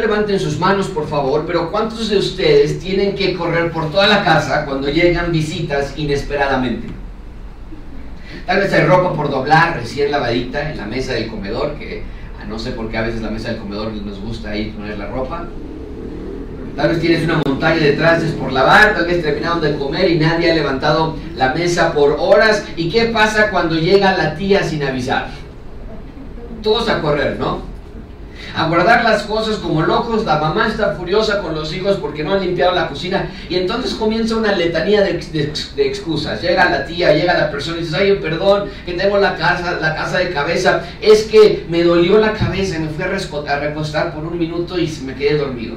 levanten sus manos, por favor, pero ¿cuántos de ustedes tienen que correr por toda la casa cuando llegan visitas inesperadamente? Tal vez hay ropa por doblar, recién lavadita en la mesa del comedor, que no sé por qué a veces la mesa del comedor nos gusta ahí poner la ropa. Tal vez tienes una montaña de trastes por lavar, tal vez terminaron de comer y nadie ha levantado la mesa por horas. ¿Y qué pasa cuando llega la tía sin avisar? Todos a correr, ¿no? A guardar las cosas como locos. La mamá está furiosa con los hijos porque no han limpiado la cocina y entonces comienza una letanía de excusas. Llega la tía, llega la persona y dice: ay, perdón, que tengo la casa de cabeza, es que me dolió la cabeza, me fui a recostar por un minuto y me quedé dormida.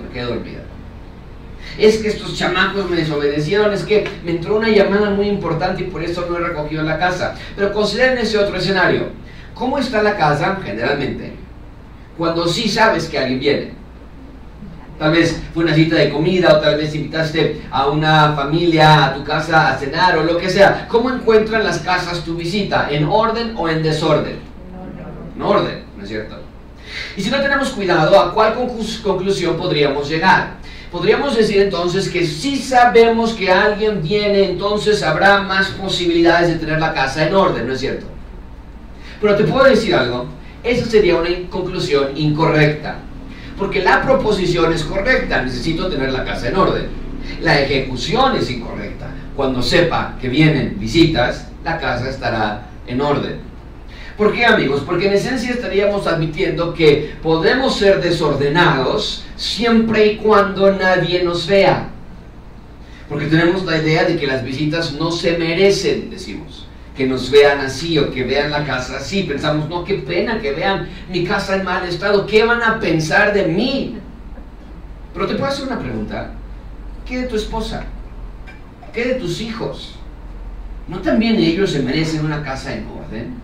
Es que estos chamacos me desobedecieron, es que me entró una llamada muy importante y por eso no he recogido la casa. Pero consideren ese otro escenario. ¿Cómo está la casa, generalmente, cuando sí sabes que alguien viene? Tal vez fue una cita de comida, o tal vez invitaste a una familia a tu casa a cenar, o lo que sea. ¿Cómo encuentran las casas tu visita? ¿En orden o en desorden? En orden, ¿no es cierto? Y si no tenemos cuidado, ¿a cuál conclusión podríamos llegar? Podríamos decir entonces que si sabemos que alguien viene, entonces habrá más posibilidades de tener la casa en orden, ¿no es cierto? Pero te puedo decir algo, esa sería una conclusión incorrecta, porque la proposición es correcta, necesito tener la casa en orden. La ejecución es incorrecta. Cuando sepa que vienen visitas, la casa estará en orden. ¿Por qué, amigos? Porque en esencia estaríamos admitiendo que podemos ser desordenados siempre y cuando nadie nos vea. Porque tenemos la idea de que las visitas no se merecen, decimos, que nos vean así o que vean la casa así. Pensamos: no, qué pena que vean mi casa en mal estado, ¿qué van a pensar de mí? Pero te puedo hacer una pregunta: ¿qué de tu esposa? ¿Qué de tus hijos? ¿No también ellos se merecen una casa en orden?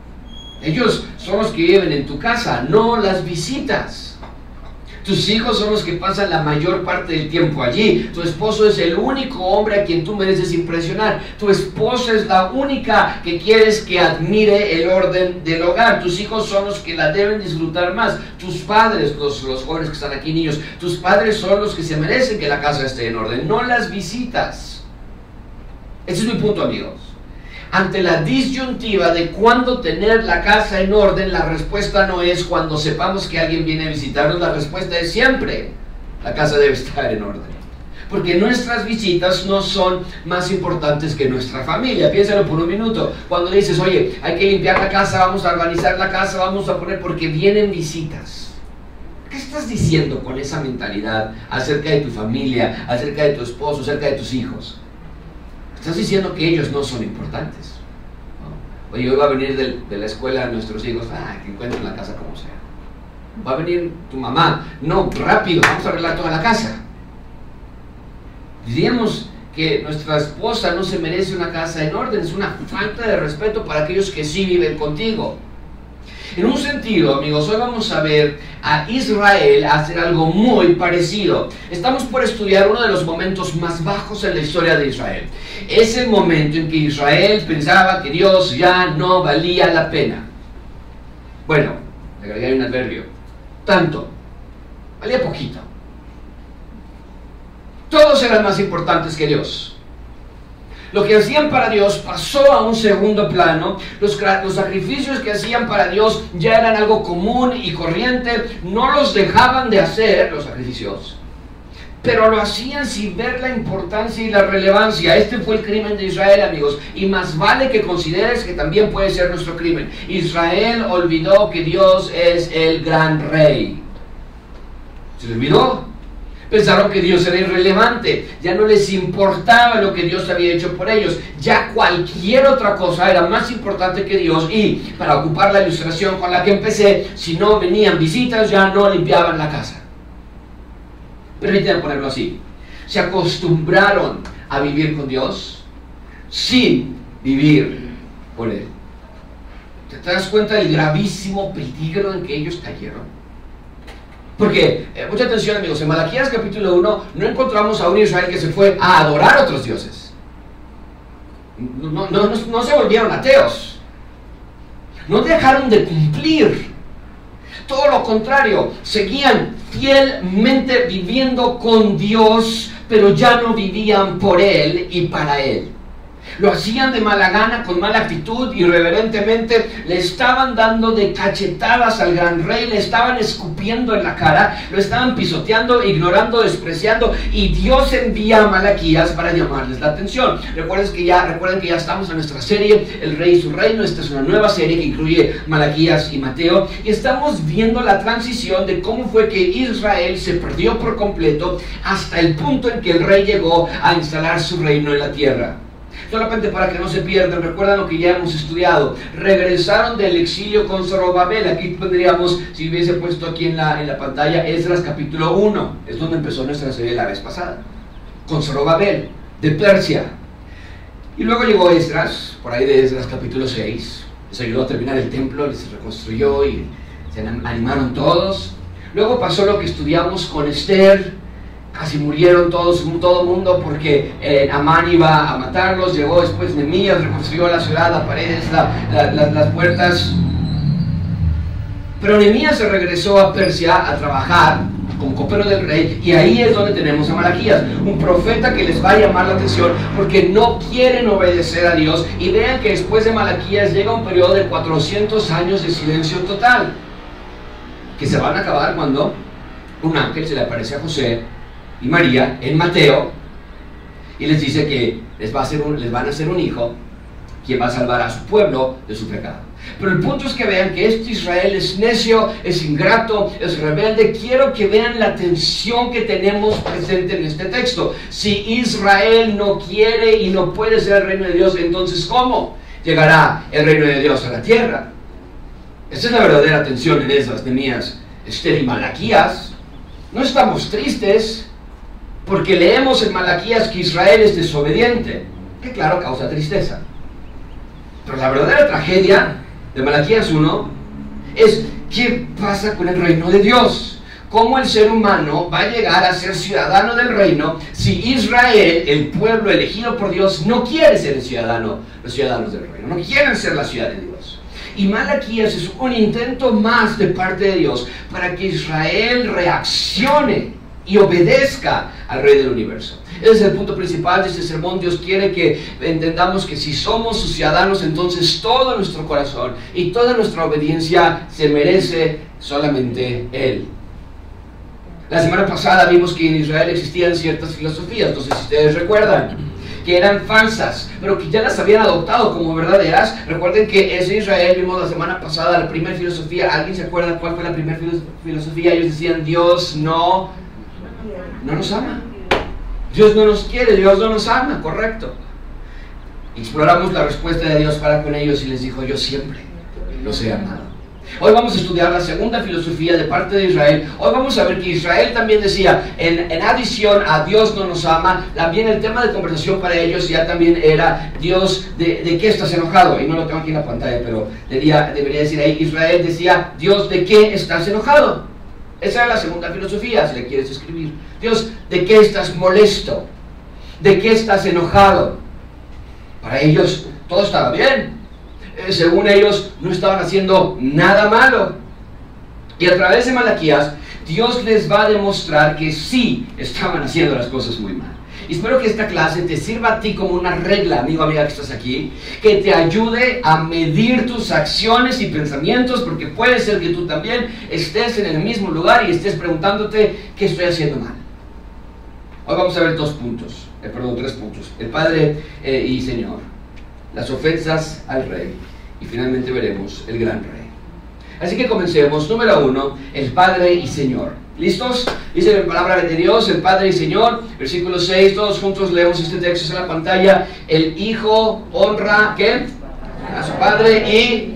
Ellos son los que viven en tu casa, no las visitas. Tus hijos son los que pasan la mayor parte del tiempo allí. Tu esposo es el único hombre a quien tú mereces impresionar. Tu esposa es la única que quieres que admire el orden del hogar. Tus hijos son los que la deben disfrutar más. Tus padres, los jóvenes que están aquí, niños, tus padres son los que se merecen que la casa esté en orden, no las visitas. Ese es mi punto, amigos. Ante la disyuntiva de cuándo tener la casa en orden, la respuesta no es cuando sepamos que alguien viene a visitarnos, la respuesta es siempre: la casa debe estar en orden. Porque nuestras visitas no son más importantes que nuestra familia. Piénsalo por un minuto. Cuando dices: oye, hay que limpiar la casa, vamos a organizar la casa, vamos a poner, porque vienen visitas. ¿Qué estás diciendo con esa mentalidad acerca de tu familia, acerca de tu esposo, acerca de tus hijos? Estás diciendo que ellos no son importantes, ¿no? Oye, hoy va a venir de la escuela a nuestros hijos, que encuentren la casa como sea. Va a venir tu mamá, no, rápido, vamos a arreglar toda la casa. Diríamos que nuestra esposa no se merece una casa en orden, es una falta de respeto para aquellos que sí viven contigo. En un sentido, amigos, hoy vamos a ver a Israel hacer algo muy parecido. Estamos por estudiar uno de los momentos más bajos en la historia de Israel. Es el momento en que Israel pensaba que Dios ya no valía la pena. Bueno, le agregué un adverbio: tanto, valía poquito. Todos eran más importantes que Dios. Lo que hacían para Dios pasó a un segundo plano. Los sacrificios que hacían para Dios ya eran algo común y corriente. No los dejaban de hacer, los sacrificios, pero lo hacían sin ver la importancia y la relevancia. Este fue el crimen de Israel, amigos, y más vale que consideres que también puede ser nuestro crimen. Israel olvidó que Dios es el gran rey. ¿Se le olvidó? Pensaron que Dios era irrelevante, ya no les importaba lo que Dios había hecho por ellos, ya cualquier otra cosa era más importante que Dios. Y para ocupar la ilustración con la que empecé, si no venían visitas, ya no limpiaban la casa. Permítanme ponerlo así: se acostumbraron a vivir con Dios sin vivir por Él. ¿Te das cuenta del gravísimo peligro en que ellos cayeron? Porque, mucha atención, amigos, en Malaquías capítulo 1 no encontramos a un Israel que se fue a adorar a otros dioses. No se volvieron ateos. No dejaron de cumplir. Todo lo contrario, seguían fielmente viviendo con Dios, pero ya no vivían por Él y para Él. Lo hacían de mala gana, con mala actitud, irreverentemente, le estaban dando de cachetadas al gran rey, le estaban escupiendo en la cara, lo estaban pisoteando, ignorando, despreciando, y Dios envía a Malaquías para llamarles la atención. Recuerden que ya estamos en nuestra serie, El Rey y su Reino. Esta es una nueva serie que incluye Malaquías y Mateo, y estamos viendo la transición de cómo fue que Israel se perdió por completo hasta el punto en que el rey llegó a instalar su reino en la tierra. Solamente para que no se pierdan, recuerdan lo que ya hemos estudiado. Regresaron del exilio con Zorobabel. Aquí tendríamos, si hubiese puesto aquí en la pantalla, Esdras capítulo 1. Es donde empezó nuestra serie la vez pasada. Con Zorobabel, de Persia. Y luego llegó Esdras, por ahí de Esdras capítulo 6. Les ayudó a terminar el templo, les reconstruyó y se animaron todos. Luego pasó lo que estudiamos con Esther. Casi murieron todo el mundo porque Amán iba a matarlos. Llegó después Nehemías, reconstruyó la ciudad, las paredes, las puertas. Pero Nehemías se regresó a Persia a trabajar como copero del rey, y ahí es donde tenemos a Malaquías, un profeta que les va a llamar la atención porque no quieren obedecer a Dios. Y vean que después de Malaquías llega un periodo de 400 años de silencio total, que se van a acabar cuando un ángel se le aparece a José y María en Mateo y les dice que les van a hacer un hijo quien va a salvar a su pueblo de su pecado. Pero el punto es que vean que este Israel es necio, es ingrato, es rebelde. Quiero que vean la tensión que tenemos presente en este texto. Si Israel no quiere y no puede ser el reino de Dios, entonces ¿cómo llegará el reino de Dios a la tierra? Esa es la verdadera tensión en esas Nehemías, Esther y Malaquías. No estamos tristes porque leemos en Malaquías que Israel es desobediente, que claro causa tristeza. Pero la verdadera tragedia de Malaquías 1 es ¿qué pasa con el reino de Dios? ¿Cómo el ser humano va a llegar a ser ciudadano del reino si Israel, el pueblo elegido por Dios, no quiere ser los ciudadanos del reino, no quieren ser la ciudad de Dios? Y Malaquías es un intento más de parte de Dios para que Israel reaccione y obedezca al Rey del Universo. Ese es el punto principal de este sermón. Dios quiere que entendamos que si somos sus ciudadanos, entonces todo nuestro corazón y toda nuestra obediencia se merece solamente Él. La semana pasada vimos que en Israel existían ciertas filosofías, no sé si ustedes recuerdan, que eran falsas, pero que ya las habían adoptado como verdaderas. Recuerden que ese Israel, vimos la semana pasada, la primera filosofía. ¿Alguien se acuerda cuál fue la primera filosofía? Ellos decían, Dios no nos ama, Dios no nos quiere, Dios no nos ama, correcto. Exploramos la respuesta de Dios para con ellos y les dijo, yo siempre los he amado. Hoy vamos a estudiar la segunda filosofía de parte de Israel. Hoy vamos a ver que Israel también decía, en adición a Dios no nos ama, también el tema de conversación para ellos ya también era Dios, ¿de qué estás enojado? Y no lo tengo aquí en la pantalla, pero debería decir ahí, Israel decía, Dios, ¿de qué estás enojado? Esa era la segunda filosofía, si le quieres escribir. Dios, ¿de qué estás molesto? ¿De qué estás enojado? Para ellos todo estaba bien. Según ellos no estaban haciendo nada malo. Y a través de Malaquías, Dios les va a demostrar que sí estaban haciendo las cosas muy mal. Y espero que esta clase te sirva a ti como una regla, amigo, amiga que estás aquí, que te ayude a medir tus acciones y pensamientos, porque puede ser que tú también estés en el mismo lugar y estés preguntándote qué estoy haciendo mal. Hoy vamos a ver tres puntos. El Padre y Señor, las ofensas al Rey, y finalmente veremos el gran Rey. Así que comencemos. Número 1, el Padre y Señor. ¿Listos? Dice la palabra de Dios, el Padre y Señor. Versículo 6, todos juntos leemos este texto en la pantalla. El Hijo honra, ¿qué? A su Padre y...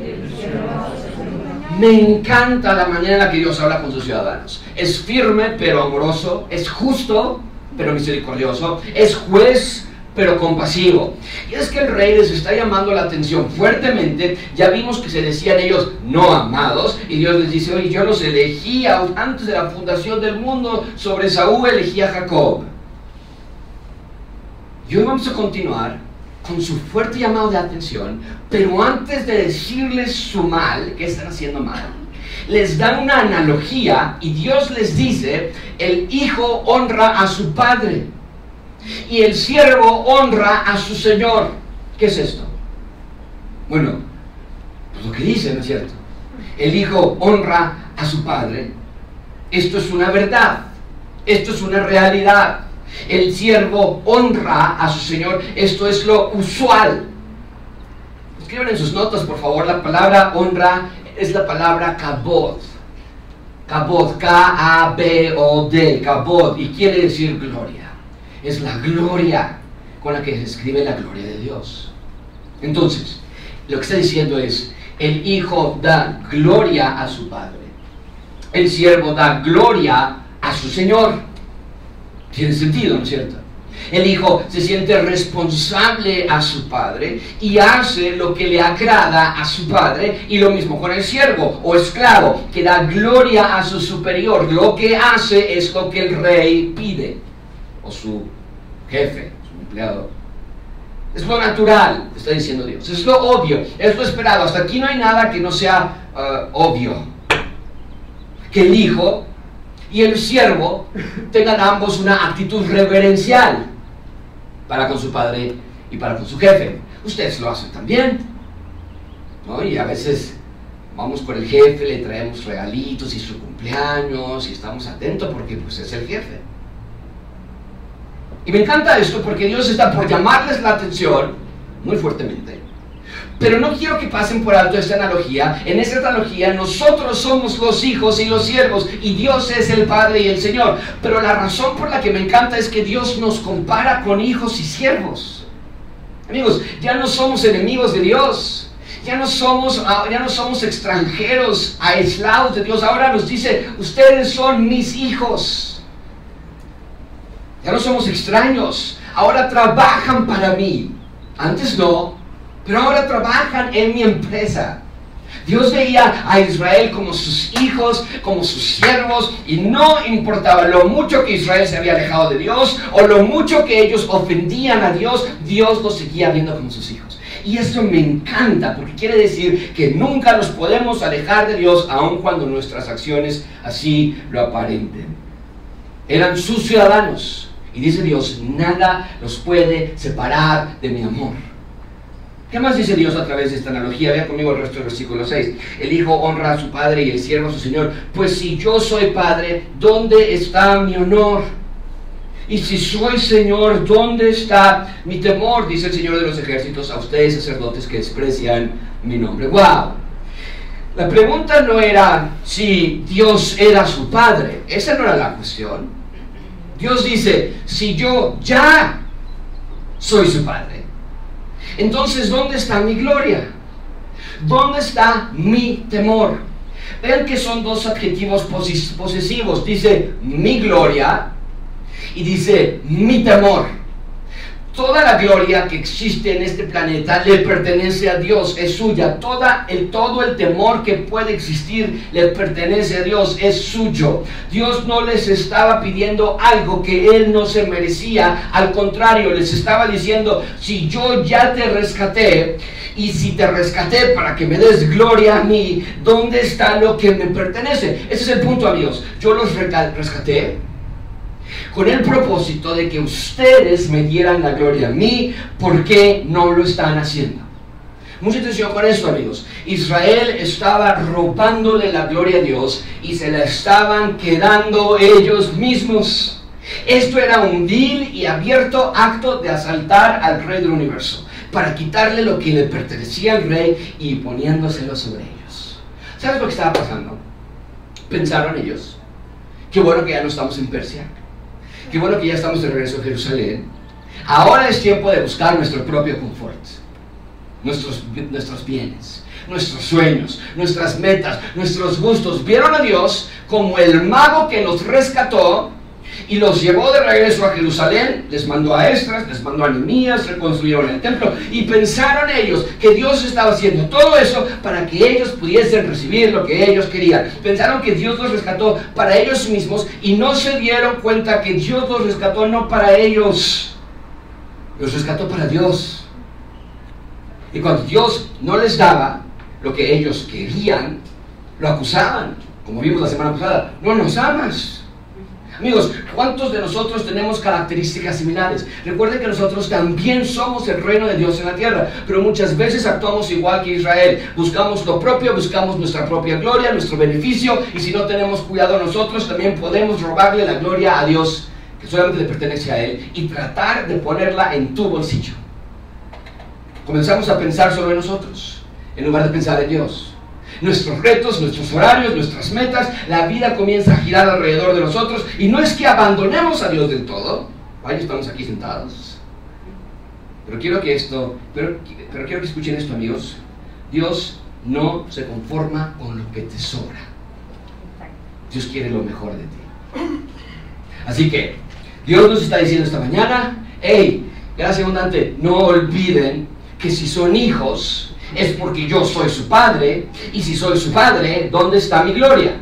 Me encanta la manera en la que Dios habla con sus ciudadanos. Es firme pero amoroso, es justo pero misericordioso, es juez pero compasivo. Y es que el rey les está llamando la atención fuertemente. Ya vimos que se decían ellos no amados, y Dios les dice, oye, yo los elegí antes de la fundación del mundo, sobre Saúl elegí a Jacob. Y hoy vamos a continuar con su fuerte llamado de atención, pero antes de decirles su mal, que están haciendo mal, les da una analogía y Dios les dice, el hijo honra a su padre y el siervo honra a su señor. ¿Qué es esto? Bueno, pues lo que dice, ¿no es cierto? El hijo honra a su padre. Esto es una verdad, esto es una realidad. El siervo honra a su señor, esto es lo usual. Escriban en sus notas, por favor, la palabra honra es la palabra kabod. Kabod, K-A-B-O-D, kabod, y quiere decir gloria. Es la gloria con la que se escribe la gloria de Dios. Entonces, lo que está diciendo es, el hijo da gloria a su padre, el siervo da gloria a su señor. Tiene sentido, ¿no es cierto? El hijo se siente responsable a su padre y hace lo que le agrada a su padre, y lo mismo con el siervo o esclavo, que da gloria a su superior. Lo que hace es lo que el rey pide, o su jefe, su empleado. Es lo natural, está diciendo Dios, es lo obvio, es lo esperado. Hasta aquí no hay nada que no sea obvio. Que el hijo y el siervo tengan ambos una actitud reverencial para con su padre y para con su jefe. Ustedes lo hacen también, ¿no? Y a veces vamos con el jefe, le traemos regalitos y su cumpleaños y estamos atentos porque pues es el jefe. Y me encanta esto porque Dios está por llamarles la atención muy fuertemente. Pero no quiero que pasen por alto esta analogía. En esta analogía nosotros somos los hijos y los siervos y Dios es el Padre y el Señor. Pero la razón por la que me encanta es que Dios nos compara con hijos y siervos. Amigos, ya no somos enemigos de Dios. Ya no somos extranjeros, aislados de Dios. Ahora nos dice, ustedes son mis hijos. Ya no somos extraños, ahora trabajan para mí. Antes no, pero ahora trabajan en mi empresa. Dios veía a Israel como sus hijos, como sus siervos, y no importaba lo mucho que Israel se había alejado de Dios, o lo mucho que ellos ofendían a Dios, Dios los seguía viendo como sus hijos. Y esto me encanta, porque quiere decir que nunca nos podemos alejar de Dios, aun cuando nuestras acciones así lo aparenten. Eran sus ciudadanos. Y dice Dios, nada los puede separar de mi amor. ¿Qué más dice Dios a través de esta analogía? Vean conmigo el resto del versículo 6. El hijo honra a su padre y el siervo a su señor. Pues si yo soy padre, ¿dónde está mi honor? Y si soy señor, ¿dónde está mi temor? Dice el Señor de los ejércitos a ustedes, sacerdotes, que desprecian mi nombre. ¡Wow! La pregunta no era si Dios era su padre. Esa no era la cuestión. Dios dice, si yo ya soy su padre, entonces ¿dónde está mi gloria? ¿Dónde está mi temor? Vean que son dos adjetivos posesivos. Dice mi gloria y dice mi temor. Toda la gloria que existe en este planeta le pertenece a Dios, es suya. Todo el temor que puede existir le pertenece a Dios, es suyo. Dios no les estaba pidiendo algo que Él no se merecía. Al contrario, les estaba diciendo, si yo ya te rescaté, y si te rescaté para que me des gloria a mí, ¿dónde está lo que me pertenece? Ese es el punto, amigos. Yo los rescaté con el propósito de que ustedes me dieran la gloria a mí. ¿Por qué no lo están haciendo? Mucha atención con esto, amigos. Israel estaba robándole la gloria a Dios y se la estaban quedando ellos mismos. Esto era un vil y abierto acto de asaltar al Rey del universo para quitarle lo que le pertenecía al Rey y poniéndoselo sobre ellos. ¿Sabes lo que estaba pasando? Pensaron ellos, qué bueno que ya no estamos en Persia. Qué bueno que ya estamos de regreso a Jerusalén. Ahora es tiempo de buscar nuestro propio confort, nuestros bienes, nuestros sueños, nuestras metas, nuestros gustos. Vieron a Dios como el mago que los rescató y los llevó de regreso a Jerusalén. Les mandó a Esdras, les mandó a Nehemías, reconstruyeron el templo y pensaron ellos que Dios estaba haciendo todo eso para que ellos pudiesen recibir lo que ellos querían. Pensaron que Dios los rescató para ellos mismos y no se dieron cuenta que Dios los rescató no para ellos, los rescató para Dios. Y cuando Dios no les daba lo que ellos querían, lo acusaban, como vimos la semana pasada. No nos amas. Amigos, ¿cuántos de nosotros tenemos características similares? Recuerden que nosotros también somos el reino de Dios en la tierra, pero muchas veces actuamos igual que Israel. Buscamos lo propio, buscamos nuestra propia gloria, nuestro beneficio, y si no tenemos cuidado nosotros, también podemos robarle la gloria a Dios, que solamente le pertenece a Él, y tratar de ponerla en tu bolsillo. Comenzamos a pensar sobre nosotros, en lugar de pensar en Dios. Nuestros retos, nuestros horarios, nuestras metas, la vida comienza a girar alrededor de nosotros, y no es que abandonemos a Dios del todo. Vaya, estamos aquí sentados. Pero quiero que escuchen esto, amigos. Dios no se conforma con lo que te sobra. Dios quiere lo mejor de ti. Así que Dios nos está diciendo esta mañana: hey, gracia abundante, no olviden que si son hijos es porque yo soy su padre, y si soy su padre, ¿dónde está mi gloria?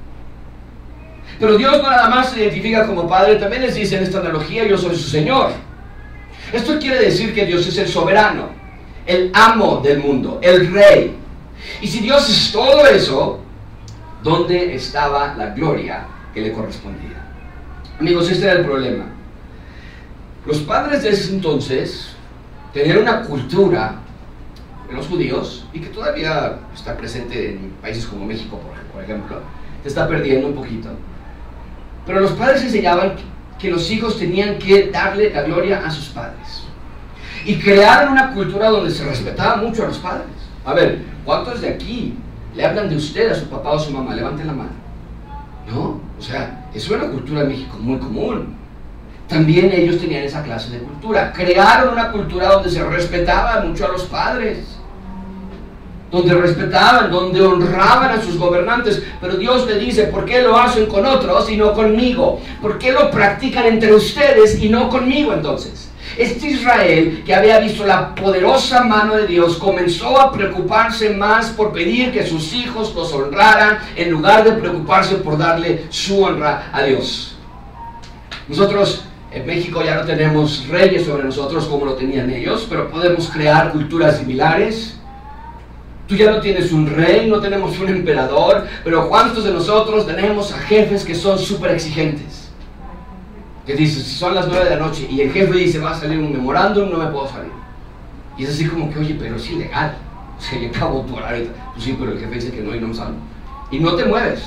Pero Dios no nada más se identifica como padre, también les dice en esta analogía: yo soy su Señor. Esto quiere decir que Dios es el soberano, el amo del mundo, el rey. Y si Dios es todo eso, ¿dónde estaba la gloria que le correspondía? Amigos, este era el problema. Los padres de ese entonces tenían una cultura en los judíos, y que todavía está presente en países como México, por ejemplo, se está perdiendo un poquito. Pero los padres enseñaban que los hijos tenían que darle la gloria a sus padres, y crearon una cultura donde se respetaba mucho a los padres. A ver, ¿cuántos de aquí le hablan de usted a su papá o su mamá? Levanten la mano. ¿No? O sea, eso era una cultura en México muy común. También ellos tenían esa clase de cultura. Crearon una cultura donde se respetaba mucho a los padres, donde respetaban, donde honraban a sus gobernantes. Pero Dios le dice: ¿por qué lo hacen con otros y no conmigo? ¿Por qué lo practican entre ustedes y no conmigo? Entonces, este Israel, que había visto la poderosa mano de Dios, comenzó a preocuparse más por pedir que sus hijos los honraran, en lugar de preocuparse por darle su honra a Dios. Nosotros en México ya no tenemos reyes sobre nosotros como lo tenían ellos, pero podemos crear culturas similares. Tú ya no tienes un rey, no tenemos un emperador, pero ¿cuántos de nosotros tenemos a jefes que son súper exigentes? Que dicen: si son las 9 de la noche y el jefe dice va a salir un memorándum, no me puedo salir. Y es así como que: oye, pero es ilegal, o sea, yo acabo por ahorita. Pues sí, pero el jefe dice que no y no me salgo. Y no te mueves.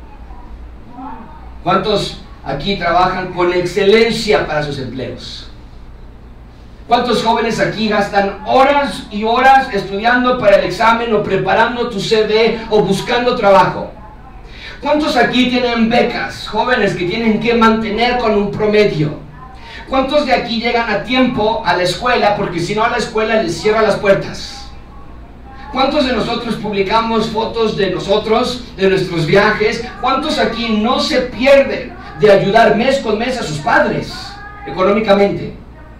¿Cuántos aquí trabajan con excelencia para sus empleos? ¿Cuántos jóvenes aquí gastan horas y horas estudiando para el examen, o preparando tu CV, o buscando trabajo? ¿Cuántos aquí tienen becas, jóvenes que tienen que mantener con un promedio? ¿Cuántos de aquí llegan a tiempo a la escuela, porque si no a la escuela les cierra las puertas? ¿Cuántos de nosotros publicamos fotos de nosotros, de nuestros viajes? ¿Cuántos aquí no se pierden de ayudar mes con mes a sus padres económicamente?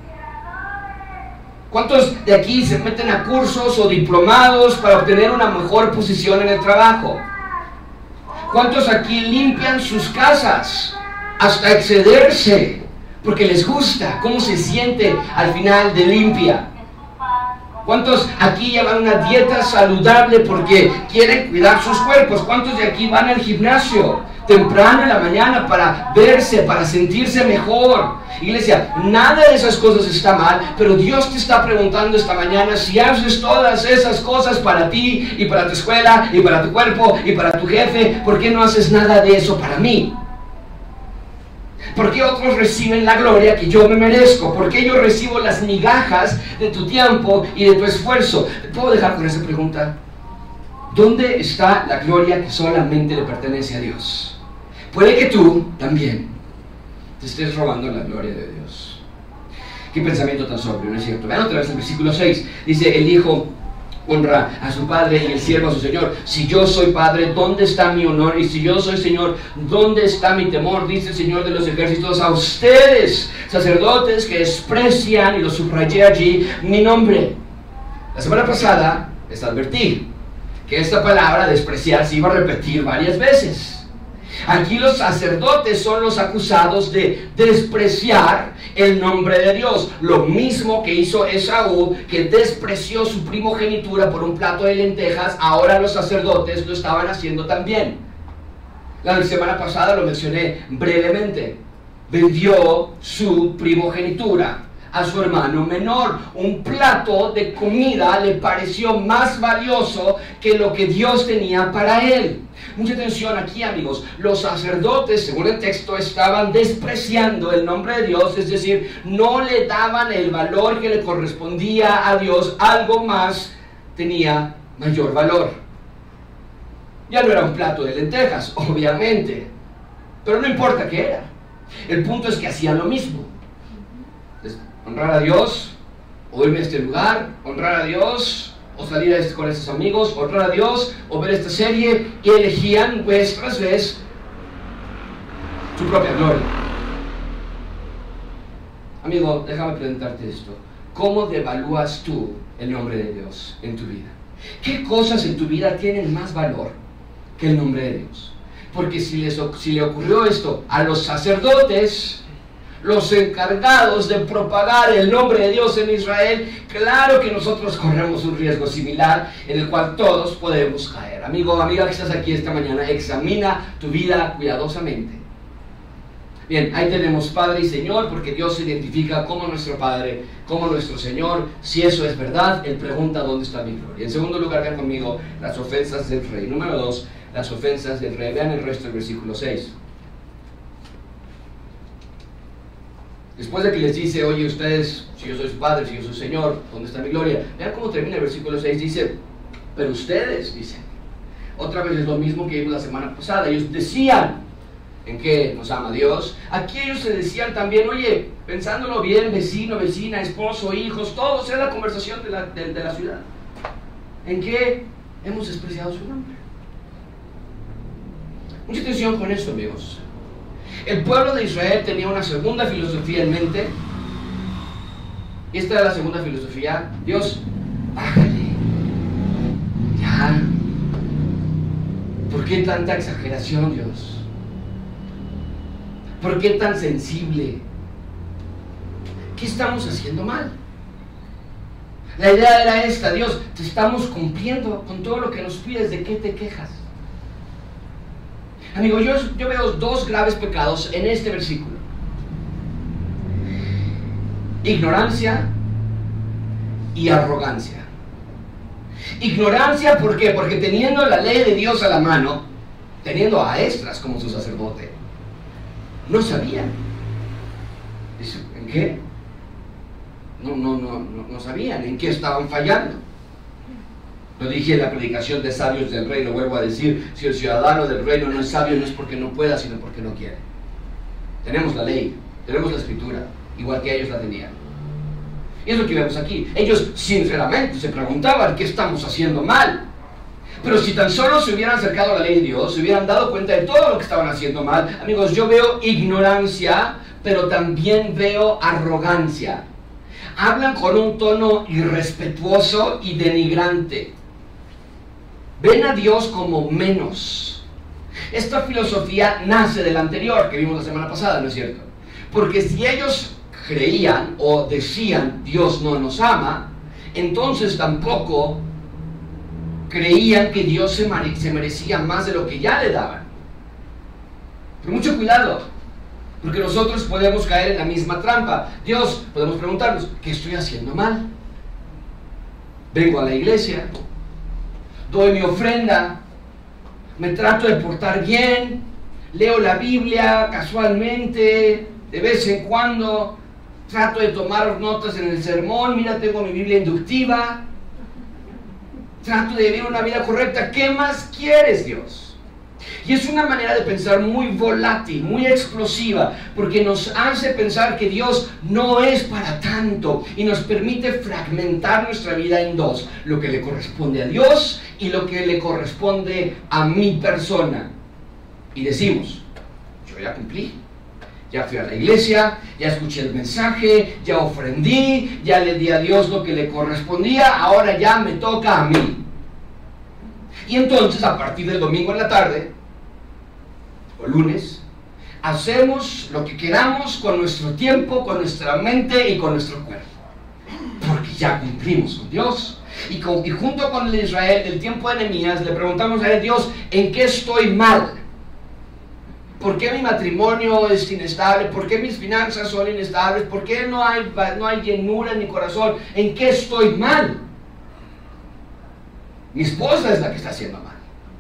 ¿Cuántos de aquí se meten a cursos o diplomados para obtener una mejor posición en el trabajo? ¿Cuántos aquí limpian sus casas hasta excederse porque les gusta cómo se siente al final de limpia? ¿Cuántos aquí llevan una dieta saludable porque quieren cuidar sus cuerpos? ¿Cuántos de aquí van al gimnasio temprano en la mañana para verse, para sentirse mejor? Iglesia, nada de esas cosas está mal, pero Dios te está preguntando esta mañana: si haces todas esas cosas para ti y para tu escuela y para tu cuerpo y para tu jefe, ¿por qué no haces nada de eso para mí? ¿Por qué otros reciben la gloria que yo me merezco? ¿Por qué yo recibo las migajas de tu tiempo y de tu esfuerzo? ¿Te puedo dejar con esa pregunta? ¿Dónde está la gloria que solamente le pertenece a Dios? Puede que tú también te estés robando la gloria de Dios. Qué pensamiento tan sobrio, ¿no es cierto? Vean otra vez el versículo 6. Dice: el hijo honra a su padre y el siervo a su señor. Si yo soy padre, ¿dónde está mi honor? Y si yo soy señor, ¿dónde está mi temor? Dice el Señor de los ejércitos a ustedes, sacerdotes que desprecian, y lo subrayé allí, mi nombre. La semana pasada les advertí que esta palabra despreciar se iba a repetir varias veces. Aquí los sacerdotes son los acusados de despreciar el nombre de Dios. Lo mismo que hizo Esaú, que despreció su primogenitura por un plato de lentejas, ahora los sacerdotes lo estaban haciendo también. La semana pasada lo mencioné brevemente. Vendió su primogenitura a su hermano menor. Un plato de comida le pareció más valioso que lo que Dios tenía para él. Mucha atención aquí, amigos. Los sacerdotes, según el texto, estaban despreciando el nombre de Dios, es decir, no le daban el valor que le correspondía a Dios. Algo más tenía mayor valor. Ya no era un plato de lentejas, obviamente, pero no importa qué era. El punto es que hacían lo mismo. Honrar a Dios, o irme a este lugar, honrar a Dios, o salir con estos amigos, honrar a Dios, o ver esta serie, y elegían vez tras vez su propia gloria. Amigo, déjame preguntarte esto. ¿Cómo devalúas tú el nombre de Dios en tu vida? ¿Qué cosas en tu vida tienen más valor que el nombre de Dios? Porque si le ocurrió esto a los sacerdotes, los encargados de propagar el nombre de Dios en Israel, claro que nosotros corremos un riesgo similar en el cual todos podemos caer. Amigo, amiga que estás aquí esta mañana, examina tu vida cuidadosamente. Bien, ahí tenemos Padre y Señor, porque Dios se identifica como nuestro Padre, como nuestro Señor. Si eso es verdad, Él pregunta: ¿dónde está mi gloria? En segundo lugar, vean conmigo las ofensas del rey. Número 2, las ofensas del rey. Vean el resto del versículo 6. Después de que les dice: oye, ustedes, si yo soy su Padre, si yo soy Señor, ¿dónde está mi gloria? Vean cómo termina el versículo 6, dice: pero ustedes, dicen. Otra vez es lo mismo que vimos la semana pasada. Ellos decían: ¿en qué nos ama Dios? Aquí ellos se decían también: oye, pensándolo bien, vecino, vecina, esposo, hijos, todos, era la conversación de la ciudad. ¿En qué hemos despreciado su nombre? Mucha atención con esto, amigos. El pueblo de Israel tenía una segunda filosofía en mente. Y esta era la segunda filosofía: Dios, bájale. Ya. ¿Por qué tanta exageración, Dios? ¿Por qué tan sensible? ¿Qué estamos haciendo mal? La idea era esta: Dios, te estamos cumpliendo con todo lo que nos pides, ¿de qué te quejas? Amigo, yo veo dos graves pecados en este versículo: ignorancia y arrogancia. Ignorancia, ¿por qué? Porque teniendo la ley de Dios a la mano, teniendo a Esdras como su sacerdote, no sabían. ¿En qué? No sabían en qué estaban fallando. Lo dije en la predicación de sabios del reino, vuelvo a decir: si el ciudadano del reino no es sabio, no es porque no pueda, sino porque no quiere. Tenemos la ley, tenemos la escritura, igual que ellos la tenían. Y es lo que vemos aquí. Ellos sinceramente se preguntaban: ¿qué estamos haciendo mal? Pero si tan solo se hubieran acercado a la ley de Dios, se hubieran dado cuenta de todo lo que estaban haciendo mal. Amigos, yo veo ignorancia, pero también veo arrogancia. Hablan con un tono irrespetuoso y denigrante. Ven a Dios como menos. Esta filosofía nace de la anterior que vimos la semana pasada, ¿no es cierto? Porque si ellos creían o decían Dios no nos ama, entonces tampoco creían que Dios se merecía más de lo que ya le daban. Pero mucho cuidado, porque nosotros podemos caer en la misma trampa. Dios, podemos preguntarnos: ¿qué estoy haciendo mal? Vengo a la iglesia, doy mi ofrenda, me trato de portar bien, leo la Biblia casualmente, de vez en cuando, trato de tomar notas en el sermón, mira, tengo mi Biblia inductiva, trato de vivir una vida correcta. ¿Qué más quieres, Dios? Y es una manera de pensar muy volátil, muy explosiva, porque nos hace pensar que Dios no es para tanto y nos permite fragmentar nuestra vida en dos: lo que le corresponde a Dios y lo que le corresponde a mi persona. Y decimos: yo ya cumplí, ya fui a la iglesia, ya escuché el mensaje, ya ofrendí, ya le di a Dios lo que le correspondía, ahora ya me toca a mí. Y entonces, a partir del domingo en la tarde, o lunes, hacemos lo que queramos con nuestro tiempo, con nuestra mente y con nuestro cuerpo, porque ya cumplimos con Dios. Y junto con el Israel del tiempo de Nehemías le preguntamos a él: Dios, ¿en qué estoy mal? ¿Por qué mi matrimonio es inestable? ¿Por qué mis finanzas son inestables? ¿Por qué no hay llenura en mi corazón? ¿En qué estoy mal? Mi esposa es la que está haciendo mal.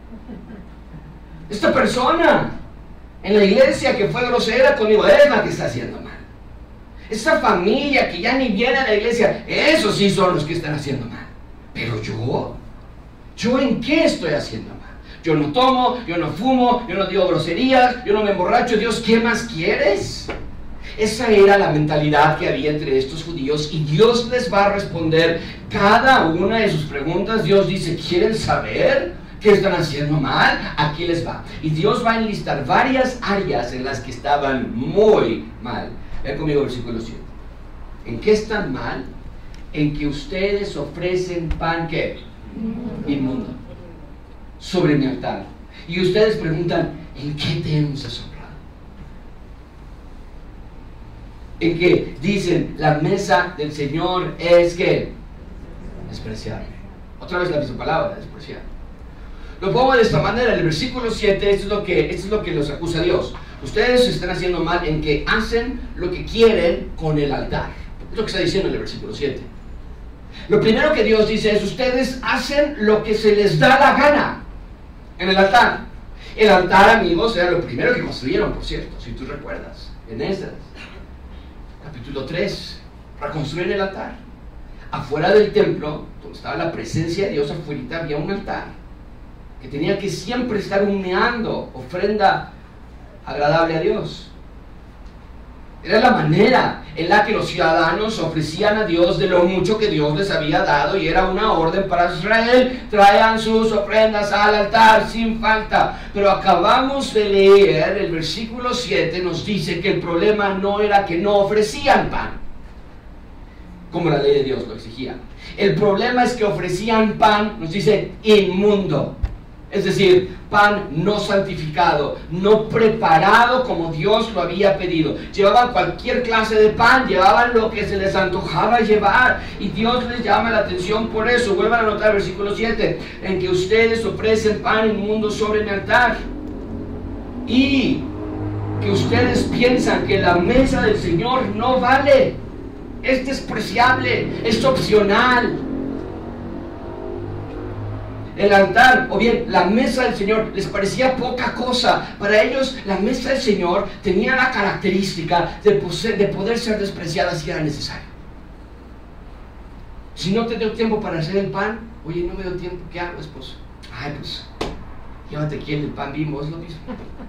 Esta persona en la iglesia que fue grosera conmigo es la que está haciendo mal. Esta familia que ya ni viene a la iglesia, esos sí son los que están haciendo mal. Pero ¿yo en qué estoy haciendo mal? Yo no tomo, yo no fumo, yo no digo groserías, yo no me emborracho. Dios, ¿qué más quieres? Esa era la mentalidad que había entre estos judíos, y Dios les va a responder cada una de sus preguntas. Dios dice: ¿quieren saber qué están haciendo mal? Aquí les va. Y Dios va a enlistar varias áreas en las que estaban muy mal. Ven conmigo el versículo 7. ¿En qué están mal? En que ustedes ofrecen pan, ¿qué? Inmundo sobre mi altar. Y ustedes preguntan: ¿en qué te hemos deshonrado? En que dicen: la mesa del Señor es que despreciable. Otra vez la misma palabra, despreciable. Lo pongo de esta manera: en el versículo 7, esto es lo que los acusa Dios. Ustedes se están haciendo mal en que hacen lo que quieren con el altar. Es lo que está diciendo en el versículo 7. Lo primero que Dios dice es: ustedes hacen lo que se les da la gana en el altar. El altar, amigos, era lo primero que construyeron, por cierto, si tú recuerdas, en Esdras capítulo 3, reconstruyen el altar. Afuera del templo, donde estaba la presencia de Dios, afuera había un altar que tenía que siempre estar humeando ofrenda agradable a Dios. Era la manera en la que los ciudadanos ofrecían a Dios de lo mucho que Dios les había dado, y era una orden para Israel: traían sus ofrendas al altar sin falta. Pero acabamos de leer el versículo 7, nos dice que el problema no era que no ofrecían pan, como la ley de Dios lo exigía. El problema es que ofrecían pan, nos dice, inmundo. Es decir, pan no santificado, no preparado como Dios lo había pedido. Llevaban cualquier clase de pan, llevaban lo que se les antojaba llevar, y Dios les llama la atención por eso. Vuelvan a anotar el versículo 7, en que ustedes ofrecen pan inmundo sobre mi altar, y que ustedes piensan que la mesa del Señor no vale, es despreciable, es opcional. El altar, o bien la mesa del Señor, les parecía poca cosa. Para ellos la mesa del Señor tenía la característica de poder ser despreciada si era necesario. Si no te dio tiempo para hacer el pan: oye, no me dio tiempo, ¿qué hago, esposo? Ay, pues llévate aquí el pan Bimbo, es lo mismo.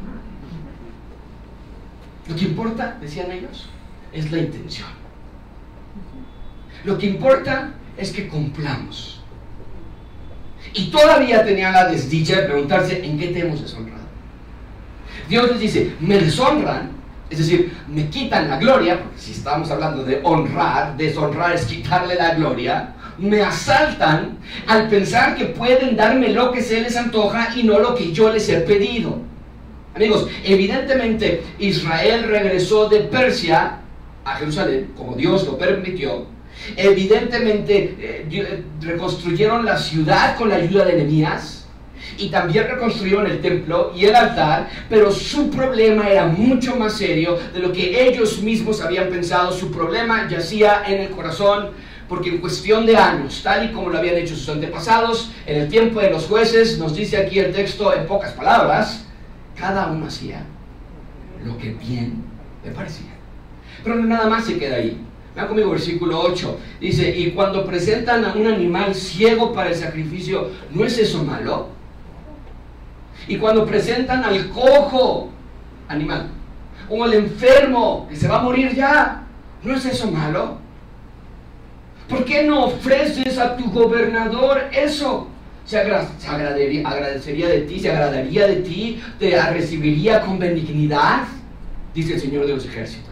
Lo que importa, decían ellos, es la intención. Lo que importa es que cumplamos. Y todavía tenían la desdicha de preguntarse: ¿en qué te hemos deshonrado? Dios les dice: me deshonran, es decir, me quitan la gloria, porque si estamos hablando de honrar, deshonrar es quitarle la gloria. Me asaltan al pensar que pueden darme lo que se les antoja y no lo que yo les he pedido. Amigos, evidentemente Israel regresó de Persia a Jerusalén, como Dios lo permitió. Evidentemente reconstruyeron la ciudad con la ayuda de Nehemías, y también reconstruyeron el templo y el altar, pero su problema era mucho más serio de lo que ellos mismos habían pensado. Su problema yacía en el corazón, porque en cuestión de años, tal y como lo habían hecho sus antepasados, en el tiempo de los jueces, nos dice aquí el texto en pocas palabras, cada uno hacía lo que bien le parecía. Pero no nada más se queda ahí. Vean conmigo versículo 8, dice: y cuando presentan a un animal ciego para el sacrificio, ¿no es eso malo? Y cuando presentan al cojo animal, o al enfermo que se va a morir ya, ¿no es eso malo? ¿Por qué no ofreces a tu gobernador eso? Se agradecería de ti, se agradaría de ti, te recibiría con benignidad, dice el Señor de los ejércitos.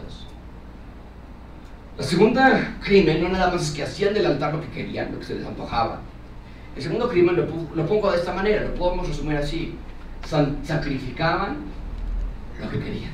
La segunda crimen no nada más es que hacían del altar lo que querían, lo que se les antojaba. El segundo crimen lo pongo de esta manera, lo podemos resumir así: sacrificaban lo que querían.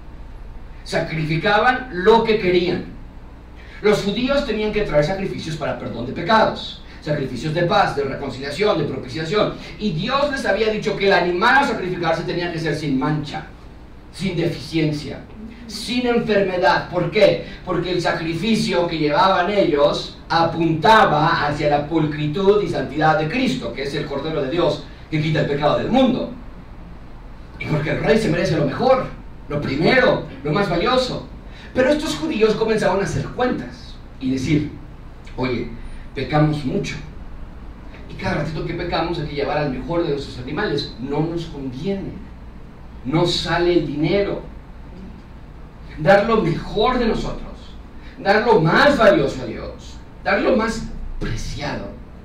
Sacrificaban lo que querían. Los judíos tenían que traer sacrificios para perdón de pecados, sacrificios de paz, de reconciliación, de propiciación. Y Dios les había dicho que el animal a sacrificarse tenía que ser sin mancha, sin deficiencia, sin enfermedad. ¿Por qué? Porque el sacrificio que llevaban ellos apuntaba hacia la pulcritud y santidad de Cristo, que es el Cordero de Dios que quita el pecado del mundo. Y porque el rey se merece lo mejor, lo primero, lo más valioso. Pero estos judíos comenzaron a hacer cuentas y decir, oye, pecamos mucho, y cada ratito que pecamos hay que llevar al mejor de nuestros animales. No nos conviene, no sale el dinero. Dar lo mejor de nosotros, dar lo más valioso a Dios, dar lo más preciado,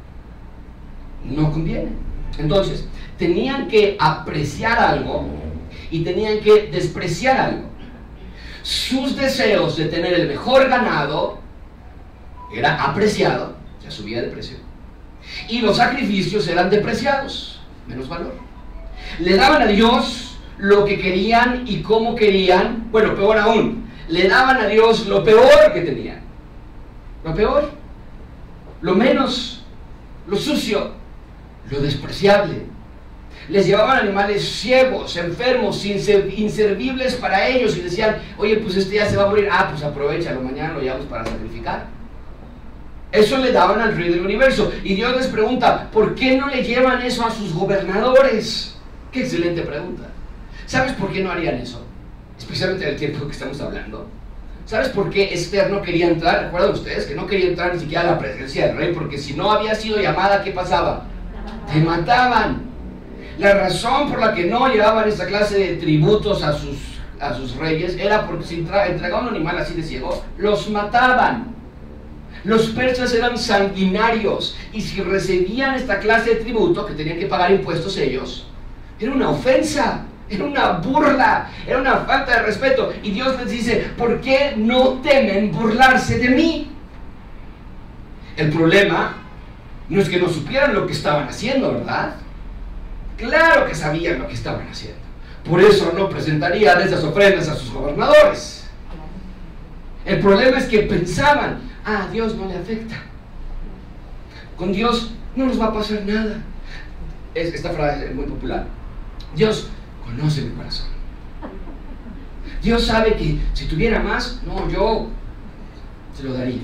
no conviene. Entonces, tenían que apreciar algo y tenían que despreciar algo. Sus deseos de tener el mejor ganado era apreciado, ya subía de precio, y los sacrificios eran depreciados, menos valor. Le daban a Dios lo que querían y cómo querían. Bueno, peor aún, le daban a Dios lo peor que tenían, lo peor, lo menos, lo sucio, lo despreciable. Les llevaban animales ciegos, enfermos, inservibles para ellos, y decían, oye, pues este ya se va a morir. Ah, pues aprovechalo, mañana lo llevamos para sacrificar. Eso le daban al rey del universo. Y Dios les pregunta, ¿por qué no le llevan eso a sus gobernadores? Qué excelente pregunta. ¿Sabes por qué no harían eso? Especialmente en el tiempo que estamos hablando. ¿Sabes por qué Esther no quería entrar? ¿Recuerdan ustedes que no quería entrar ni siquiera a la presencia del rey? Porque si no había sido llamada, ¿qué pasaba? Te mataban. La razón por la que no llevaban esta clase de tributos a sus reyes era porque si entregaban un animal así de ciego, los mataban. Los persas eran sanguinarios, y si recibían esta clase de tributo, que tenían que pagar impuestos ellos, era una ofensa, era una burla, era una falta de respeto. Y Dios les dice, ¿por qué no temen burlarse de mí? El problema no es que no supieran lo que estaban haciendo, ¿verdad? Claro que sabían lo que estaban haciendo. Por eso no presentarían esas ofrendas a sus gobernadores. El problema es que pensaban, a Dios no le afecta, con Dios no nos va a pasar nada. Esta frase es muy popular: Dios conoce mi corazón, Dios sabe que si tuviera más, no, yo se lo daría.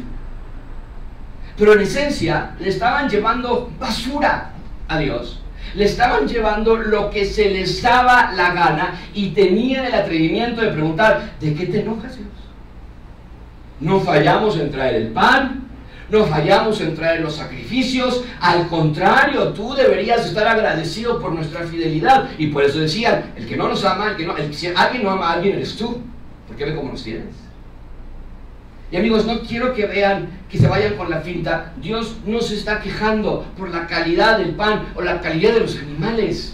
Pero en esencia le estaban llevando basura a Dios, le estaban llevando lo que se les daba la gana, y tenían el atrevimiento de preguntar, ¿de qué te enojas, Dios? No fallamos en traer el pan, no fallamos en traer los sacrificios, al contrario, tú deberías estar agradecido por nuestra fidelidad. Y por eso decían, el que no nos ama, si alguien no ama a alguien, eres tú, porque ve cómo nos tienes. Y amigos, no quiero que vean, que se vayan con la finta. Dios no se está quejando por la calidad del pan o la calidad de los animales.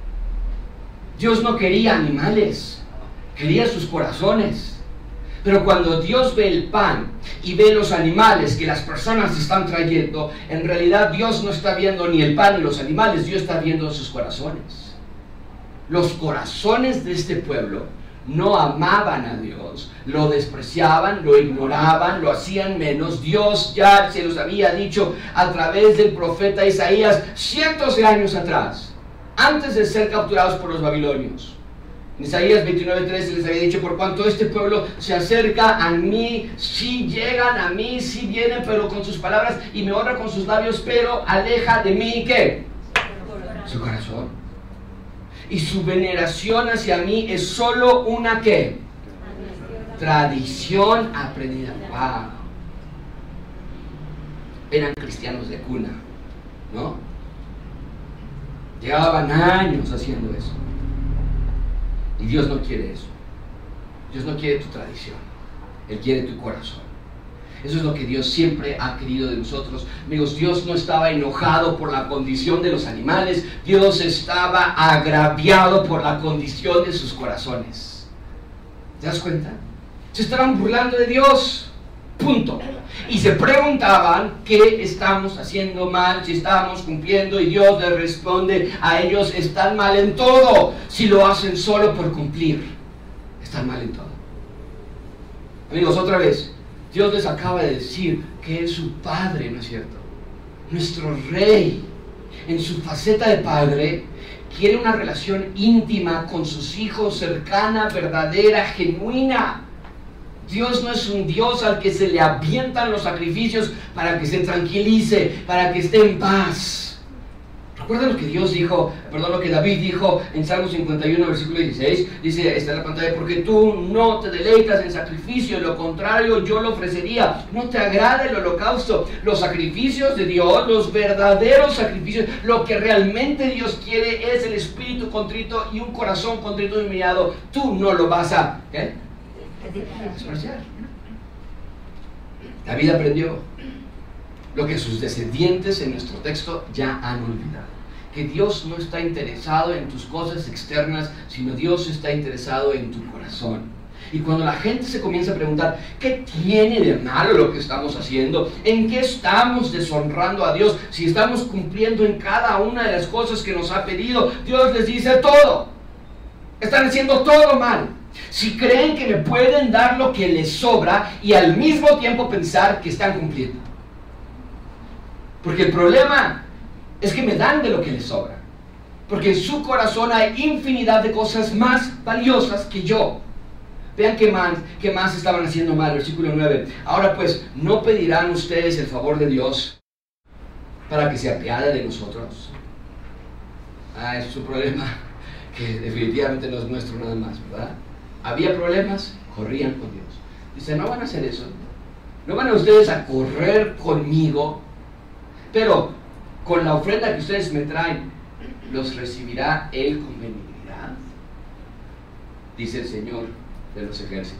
Dios no quería animales, quería sus corazones. Pero cuando Dios ve el pan y ve los animales que las personas están trayendo, en realidad Dios no está viendo ni el pan ni los animales, Dios está viendo sus corazones. Los corazones de este pueblo no amaban a Dios, lo despreciaban, lo ignoraban, lo hacían menos. Dios ya se los había dicho a través del profeta Isaías cientos de años atrás, antes de ser capturados por los babilonios. En Isaías 29:13 les había dicho, por cuanto este pueblo se acerca a mí, sí llegan a mí, sí vienen, pero con sus palabras, y me honra con sus labios, pero aleja de mí, ¿qué? Su corazón. Y su veneración hacia mí es solo una, ¿qué? Tradición aprendida. Wow. Eran cristianos de cuna, ¿no? Llevaban años haciendo eso. Y Dios no quiere eso. Dios no quiere tu tradición, Él quiere tu corazón. Eso es lo que Dios siempre ha querido de nosotros. Amigos, Dios no estaba enojado por la condición de los animales, Dios estaba agraviado por la condición de sus corazones. ¿Te das cuenta? Se estaban burlando de Dios, punto. Y se preguntaban qué estamos haciendo mal, si estábamos cumpliendo, y Dios les responde a ellos, están mal en todo si lo hacen solo por cumplir. están mal en todo. Amigos, otra vez, Dios les acaba de decir que es su Padre, ¿no es cierto? Nuestro Rey, en su faceta de Padre, quiere una relación íntima con sus hijos, cercana, verdadera, genuina. Dios no es un Dios al que se le avientan los sacrificios para que se tranquilice, para que esté en paz. ¿Recuerdan lo que Dios dijo, lo que David dijo en Salmo 51, versículo 16? Dice, está en la pantalla, porque tú no te deleitas en sacrificio, lo contrario yo lo ofrecería. No te agrada el holocausto. Los sacrificios de Dios, los verdaderos sacrificios, lo que realmente Dios quiere es el espíritu contrito y un corazón contrito y humillado. Tú no lo vas a despreciar. David aprendió lo que sus descendientes en nuestro texto ya han olvidado. Que Dios no está interesado en tus cosas externas, sino Dios está interesado en tu corazón. Y cuando la gente se comienza a preguntar, ¿qué tiene de malo lo que estamos haciendo? ¿En qué estamos deshonrando a Dios? Si estamos cumpliendo en cada una de las cosas que nos ha pedido, Dios les dice todo. Están haciendo todo mal. Si creen que me pueden dar lo que les sobra y al mismo tiempo pensar que están cumpliendo. Porque el problema es que me dan de lo que les sobra. Porque en su corazón hay infinidad de cosas más valiosas que yo. Vean qué más estaban haciendo mal. Versículo 9. Ahora pues, ¿no pedirán ustedes el favor de Dios para que se apiade de nosotros? Ese es un problema que definitivamente no es nuestro nada más, ¿verdad? Había problemas, corrían con Dios. Dice, no van a hacer eso. No van a ustedes a correr conmigo, pero con la ofrenda que ustedes me traen, ¿los recibirá Él con benignidad? Dice el Señor de los ejércitos.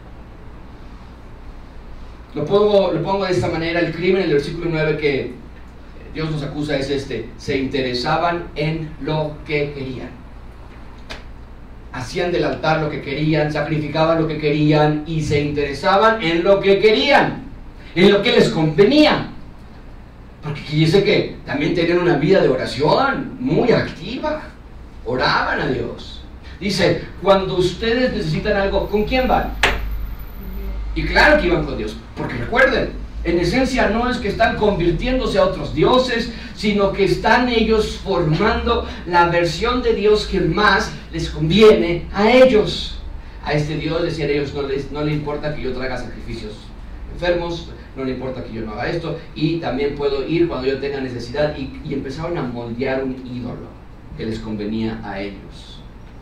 Lo pongo de esta manera. El crimen en el versículo 9 que Dios nos acusa es este: se interesaban en lo que querían. Hacían del altar lo que querían, sacrificaban lo que querían y se interesaban en lo que querían, en lo que les convenía. Porque dice que también tenían una vida de oración muy activa, oraban a Dios. Dice, cuando ustedes necesitan algo, ¿con quién van? Y claro que iban con Dios, porque recuerden, en esencia no es que están convirtiéndose a otros dioses, sino que están ellos formando la versión de Dios que más les conviene a ellos. A este Dios, decían ellos, no le importa que yo traiga sacrificios enfermos, no le importa que yo no haga esto, y también puedo ir cuando yo tenga necesidad, y empezaron a moldear un ídolo que les convenía a ellos.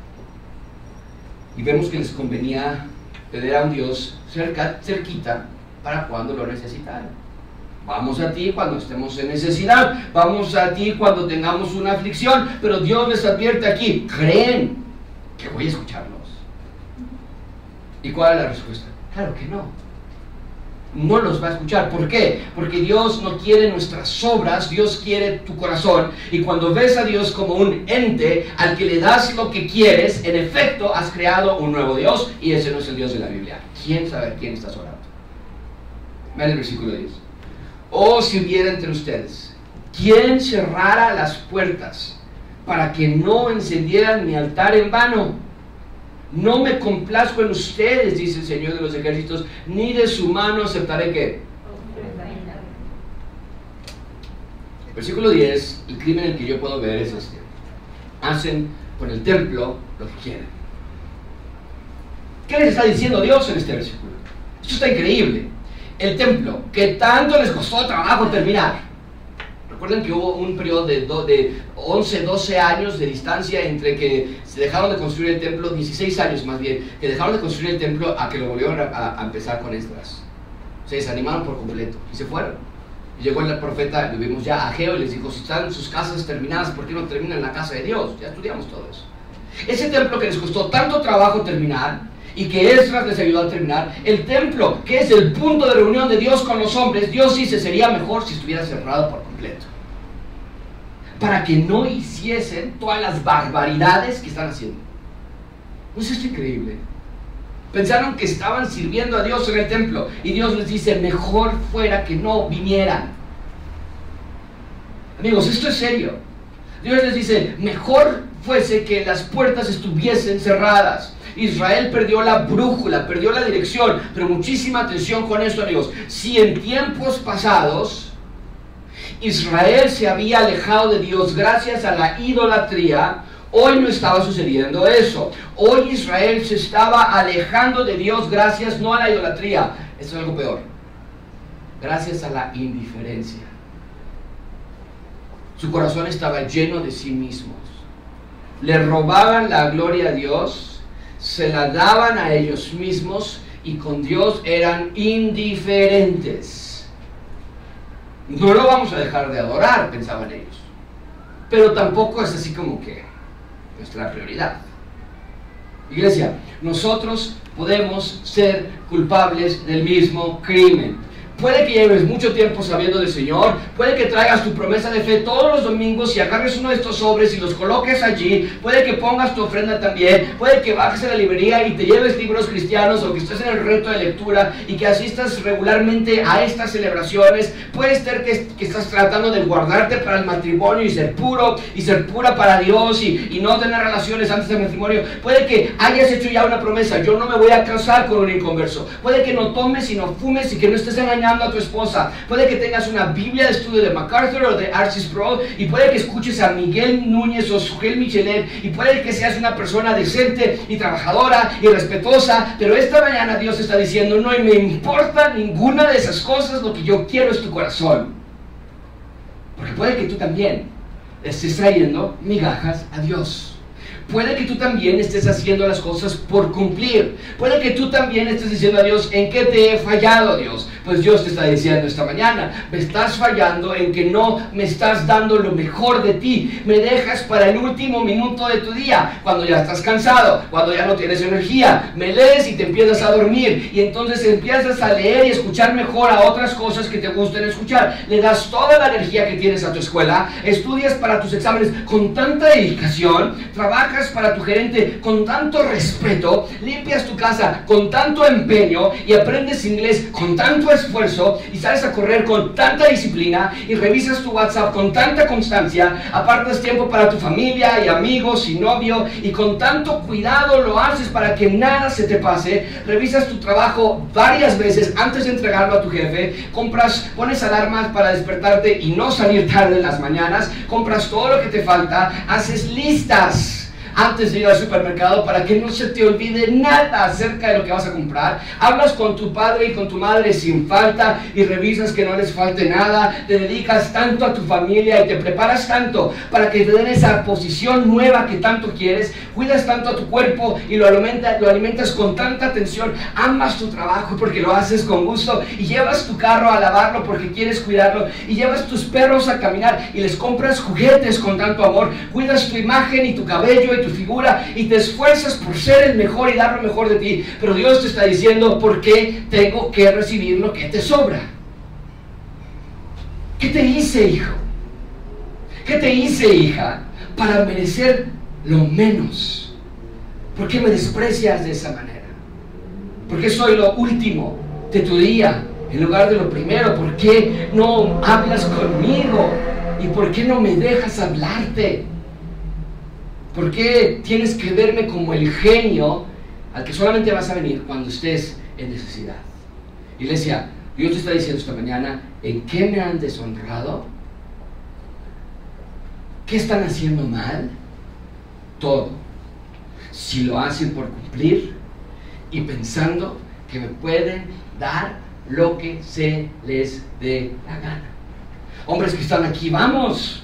Y vemos que les convenía tener a un Dios cerquita para cuando lo necesitaran. Vamos a ti cuando estemos en necesidad, vamos a ti cuando tengamos una aflicción, pero Dios les advierte aquí, ¿creen que voy a escucharlos? ¿Y cuál es la respuesta? Claro que no. No los va a escuchar. ¿Por qué? Porque Dios no quiere nuestras obras, Dios quiere tu corazón. Y cuando ves a Dios como un ente al que le das lo que quieres, en efecto has creado un nuevo Dios, y ese no es el Dios de la Biblia. ¿Quién sabe quién estás orando? Vean el versículo 10. Oh, si hubiera entre ustedes quien cerrara las puertas para que no encendieran mi altar en vano. No me complazco en ustedes, dice el Señor de los ejércitos, ni de su mano aceptaré que. Versículo 10, el crimen en el que yo puedo ver es este: hacen con el templo lo que quieren. ¿Qué les está diciendo Dios en este versículo? Esto está increíble. El templo, que tanto les costó trabajo terminar. Recuerden que hubo un periodo de 11, 12 años de distancia entre que se dejaron de construir el templo, 16 años más bien, que dejaron de construir el templo a que lo volvieron a empezar con Esdras. Se desanimaron por completo y se fueron. Y llegó el profeta, lo vimos ya, Ageo, y les dijo, si están sus casas terminadas, ¿por qué no terminan la casa de Dios? Ya estudiamos todo eso. Ese templo que les costó tanto trabajo terminar, y que Esdras les ayudó a terminar, el templo, que es el punto de reunión de Dios con los hombres, Dios dice, sería mejor si estuviera cerrado por completo, para que no hiciesen todas las barbaridades que están haciendo. ¿No es esto increíble? Pensaron que estaban sirviendo a Dios en el templo, y Dios les dice, mejor fuera que no vinieran. Amigos, esto es serio. Dios les dice, mejor fuese que las puertas estuviesen cerradas. Israel perdió la brújula, perdió la dirección. Pero muchísima atención con esto, amigos. Si en tiempos pasados Israel se había alejado de Dios gracias a la idolatría, hoy no estaba sucediendo eso. Hoy Israel se estaba alejando de Dios gracias no a la idolatría, esto es algo peor, gracias a la indiferencia. Su corazón estaba lleno de sí mismos. Le robaban la gloria a Dios, se la daban a ellos mismos y con Dios eran indiferentes. No lo vamos a dejar de adorar, pensaban ellos, pero tampoco es así como que nuestra prioridad. Iglesia, nosotros podemos ser culpables del mismo crimen. Puede que lleves mucho tiempo sabiendo del Señor, puede que traigas tu promesa de fe todos los domingos y agarres uno de estos sobres y los coloques allí, puede que pongas tu ofrenda también, puede que bajes a la librería y te lleves libros cristianos o que estés en el reto de lectura y que asistas regularmente a estas celebraciones, puede ser que estás tratando de guardarte para el matrimonio y ser puro y ser pura para Dios y no tener relaciones antes del matrimonio, puede que hayas hecho ya una promesa, yo no me voy a casar con un inconverso, puede que no tomes y no fumes y que no estés engañando a tu esposa, puede que tengas una Biblia de estudio de MacArthur o de R.C. Sproul y puede que escuches a Miguel Núñez o Sujel Michelet y puede que seas una persona decente y trabajadora y respetuosa, pero esta mañana Dios está diciendo, no me importa ninguna de esas cosas, lo que yo quiero es tu corazón, porque puede que tú también estés trayendo migajas a Dios. Puede que tú también estés haciendo las cosas por cumplir. Puede que tú también estés diciendo a Dios, ¿en qué te he fallado, Dios? Pues Dios te está diciendo esta mañana, me estás fallando en que no me estás dando lo mejor de ti. Me dejas para el último minuto de tu día, cuando ya estás cansado, cuando ya no tienes energía. Me lees y te empiezas a dormir. Y entonces empiezas a leer y escuchar mejor a otras cosas que te gusten escuchar. Le das toda la energía que tienes a tu escuela. Estudias para tus exámenes con tanta dedicación. Trabajas para tu gerente con tanto respeto, limpias tu casa con tanto empeño y aprendes inglés con tanto esfuerzo y sales a correr con tanta disciplina y revisas tu WhatsApp con tanta constancia, apartas tiempo para tu familia y amigos y novio y con tanto cuidado lo haces para que nada se te pase, revisas tu trabajo varias veces antes de entregarlo a tu jefe, pones alarmas para despertarte y no salir tarde en las mañanas, compras todo lo que te falta, haces listas antes de ir al supermercado para que no se te olvide nada acerca de lo que vas a comprar, hablas con tu padre y con tu madre sin falta y revisas que no les falte nada, te dedicas tanto a tu familia y te preparas tanto para que te den esa posición nueva que tanto quieres, cuidas tanto a tu cuerpo y lo alimentas con tanta atención, amas tu trabajo porque lo haces con gusto y llevas tu carro a lavarlo porque quieres cuidarlo y llevas tus perros a caminar y les compras juguetes con tanto amor, cuidas tu imagen y tu cabello y tu figura y te esfuerzas por ser el mejor y dar lo mejor de ti, pero Dios te está diciendo, ¿por qué tengo que recibir lo que te sobra? ¿Qué te hice, hijo? ¿Qué te hice, hija, para merecer lo menos? ¿Por qué me desprecias de esa manera? ¿Por qué soy lo último de tu día en lugar de lo primero? ¿Por qué no hablas conmigo? ¿Y por qué no me dejas hablarte? ¿Por qué tienes que verme como el genio al que solamente vas a venir cuando estés en necesidad? Iglesia, Dios te está diciendo esta mañana, ¿en qué me han deshonrado? ¿Qué están haciendo mal? Todo. Si lo hacen por cumplir y pensando que me pueden dar lo que se les dé la gana. Hombres que están aquí, vamos.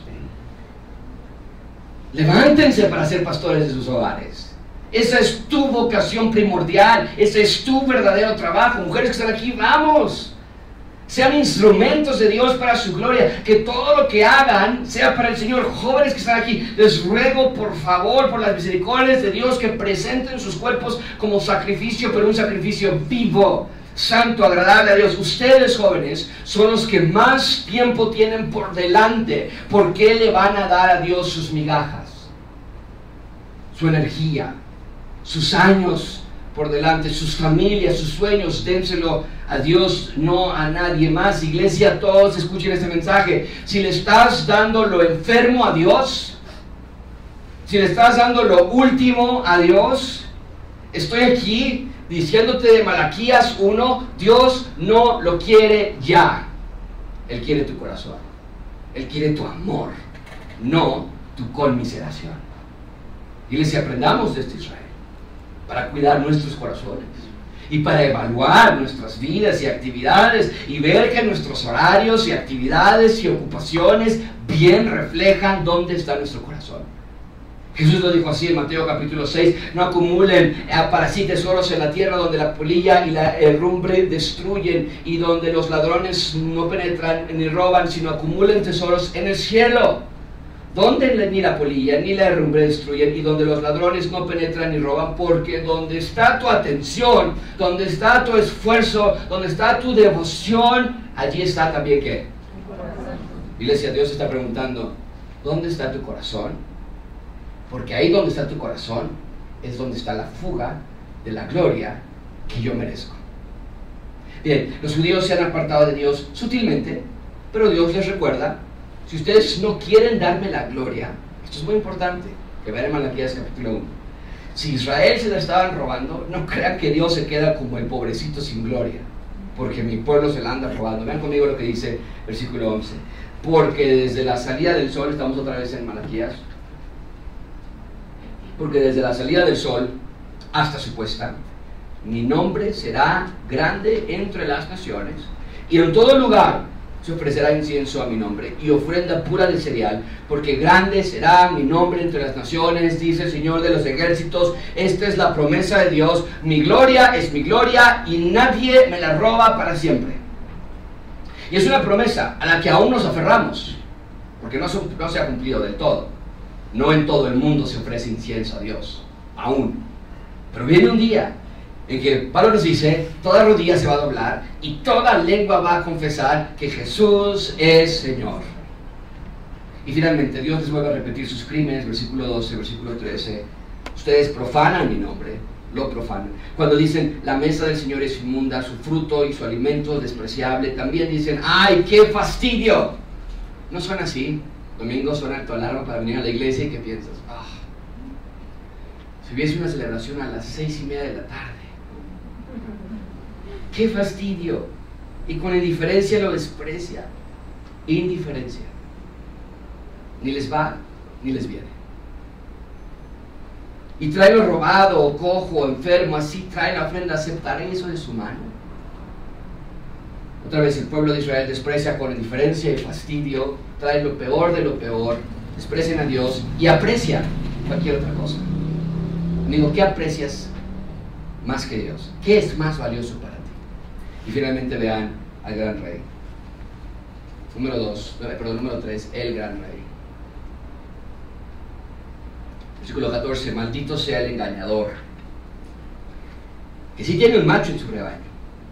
Levántense para ser pastores de sus hogares. Esa es tu vocación primordial. Ese es tu verdadero trabajo. Mujeres que están aquí, vamos. Sean instrumentos de Dios para su gloria. Que todo lo que hagan sea para el Señor. Jóvenes que están aquí, les ruego por favor, por las misericordias de Dios, que presenten sus cuerpos como sacrificio, pero un sacrificio vivo, santo, agradable a Dios. Ustedes, jóvenes, son los que más tiempo tienen por delante. ¿Por qué le van a dar a Dios sus migajas? Su energía, sus años por delante, sus familias, sus sueños, dénselo a Dios, no a nadie más. Iglesia, todos escuchen este mensaje. Si le estás dando lo enfermo a Dios, si le estás dando lo último a Dios, Estoy aquí diciéndote de Malaquías 1, Dios no lo quiere ya. Él quiere tu corazón. Él quiere tu amor, no tu conmiseración. Iglesia, aprendamos de este Israel para cuidar nuestros corazones y para evaluar nuestras vidas y actividades y ver que nuestros horarios y actividades y ocupaciones bien reflejan dónde está nuestro corazón. Jesús lo dijo así en Mateo capítulo 6, no acumulen para sí tesoros en la tierra donde la polilla y la herrumbre destruyen y donde los ladrones no penetran ni roban, sino acumulen tesoros en el cielo, donde ni la polilla ni la herrumbre destruyen y donde los ladrones no penetran ni roban, porque donde está tu atención, donde está tu esfuerzo, donde está tu devoción, allí está también ¿qué? Iglesia, Dios está preguntando, ¿dónde está tu corazón? Porque ahí donde está tu corazón es donde está la fuga de la gloria que yo merezco. Bien, los judíos se han apartado de Dios sutilmente, pero Dios les recuerda, si ustedes no quieren darme la gloria, esto es muy importante, que vean en Malaquías capítulo 1. Si Israel se la estaban robando, no crean que Dios se queda como el pobrecito sin gloria, porque mi pueblo se la anda robando. Vean conmigo lo que dice versículo 11. Porque desde la salida del sol, estamos otra vez en Malaquías, porque desde la salida del sol hasta su puesta, mi nombre será grande entre las naciones, y en todo lugar se ofrecerá incienso a mi nombre y ofrenda pura de cereal, porque grande será mi nombre entre las naciones, dice el Señor de los ejércitos. Esta es la promesa de Dios, mi gloria es mi gloria y nadie me la roba para siempre. Y es una promesa a la que aún nos aferramos, porque no se ha cumplido del todo. No en todo el mundo se ofrece incienso a Dios, aún. Pero viene un día en que Pablo nos dice, toda rodilla se va a doblar y toda lengua va a confesar que Jesús es Señor. Y finalmente Dios les vuelve a repetir sus crímenes, versículo 12, versículo 13. Ustedes profanan mi nombre, lo profanan. Cuando dicen, la mesa del Señor es inmunda, su fruto y su alimento es despreciable, también dicen, ¡ay, qué fastidio! No suena así. Domingo suena tu alarma para venir a la iglesia y ¿qué piensas? Ah, si hubiese una celebración a las 6:30 de la tarde. ¡Qué fastidio! Y con indiferencia lo desprecia. Indiferencia. Ni les va, ni les viene. Y trae lo robado, o cojo, o enfermo, así trae la ofrenda, ¿aceptaré eso de su mano? Otra vez el pueblo de Israel desprecia con indiferencia y fastidio, trae lo peor de lo peor, desprecian a Dios y aprecian cualquier otra cosa. Amigo, ¿qué aprecias más que Dios? ¿Qué es más valioso para ti? Y finalmente vean al gran rey. Número 3, el gran rey. Versículo 14, maldito sea el engañador, que sí tiene un macho en su rebaño,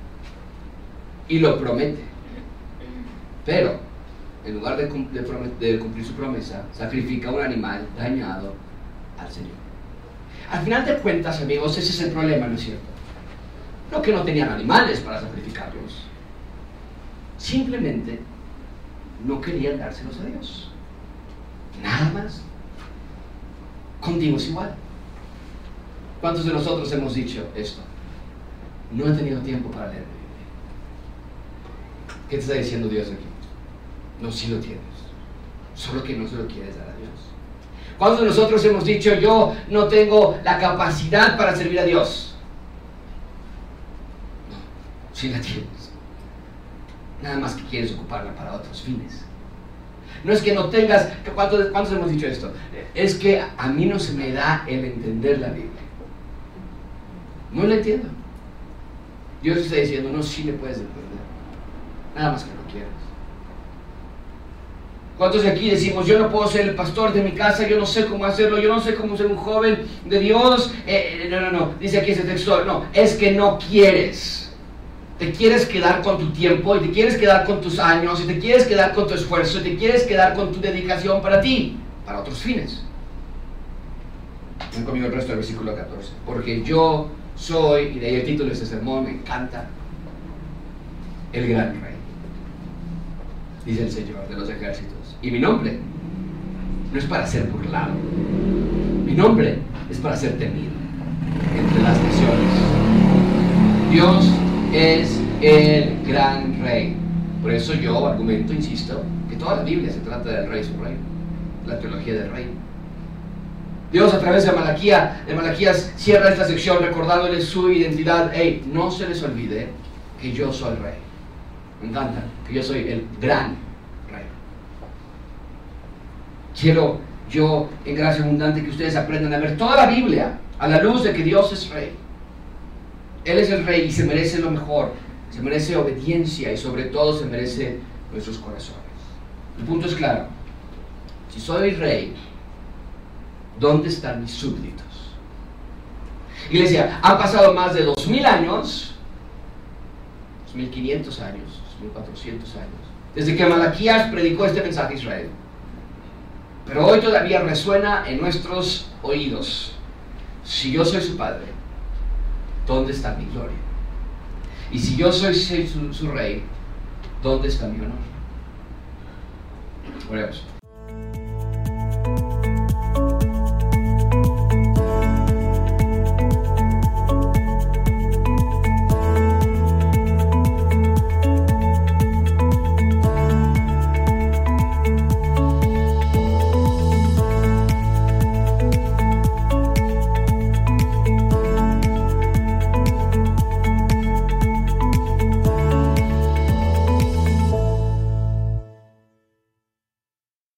y lo promete, pero en lugar de cumplir su promesa, sacrifica un animal dañado al Señor. Al final de cuentas, amigos, ese es el problema, ¿no es cierto? No que no tenían animales para sacrificarlos, simplemente no querían dárselos a Dios. Nada más. Contigo es igual. ¿Cuántos de nosotros hemos dicho esto? No he tenido tiempo para leer mi Biblia. ¿Qué te está diciendo Dios aquí? No, sí lo tienes, solo que no se lo quieres dar a Dios. ¿Cuántos de nosotros hemos dicho, yo no tengo la capacidad para servir a Dios? No, sí la tienes. Nada más que quieres ocuparla para otros fines. No es que no tengas, ¿cuántos hemos dicho esto? Es que a mí no se me da el entender la Biblia. No la entiendo. Dios está diciendo, no, sí le puedes entender. Nada más que no quieras. ¿Cuántos de aquí decimos, yo no puedo ser el pastor de mi casa, yo no sé cómo hacerlo, yo no sé cómo ser un joven de Dios? No, dice aquí ese texto, no, es que no quieres. Te quieres quedar con tu tiempo, y te quieres quedar con tus años, y te quieres quedar con tu esfuerzo, y te quieres quedar con tu dedicación para ti, para otros fines. Ven conmigo el resto del versículo 14. Porque yo soy, y de ahí el título de este sermón, me encanta, el gran rey, dice el Señor de los ejércitos. Y mi nombre no es para ser burlado, mi nombre es para ser temido. entre las naciones. Dios es el gran rey. Por eso yo argumento, insisto, que toda la Biblia se trata del rey, su reino, la teología del rey. Dios a través de Malaquías cierra esta sección recordándoles su identidad. Hey, no se les olvide que yo soy rey. Me encanta que yo soy el gran rey. Quiero yo, en gracia abundante, que ustedes aprendan a ver toda la Biblia a la luz de que Dios es rey. Él es el rey y se merece lo mejor. Se merece obediencia y sobre todo se merece nuestros corazones. El punto es claro. Si soy rey, ¿dónde están mis súbditos? Iglesia, han pasado más de 2000 años, 2500 años, 2400 años, desde que Malaquías predicó este mensaje a Israel. Pero hoy todavía resuena en nuestros oídos. Si yo soy su padre, ¿dónde está mi gloria? Y si yo soy su rey, ¿dónde está mi honor? Oremos.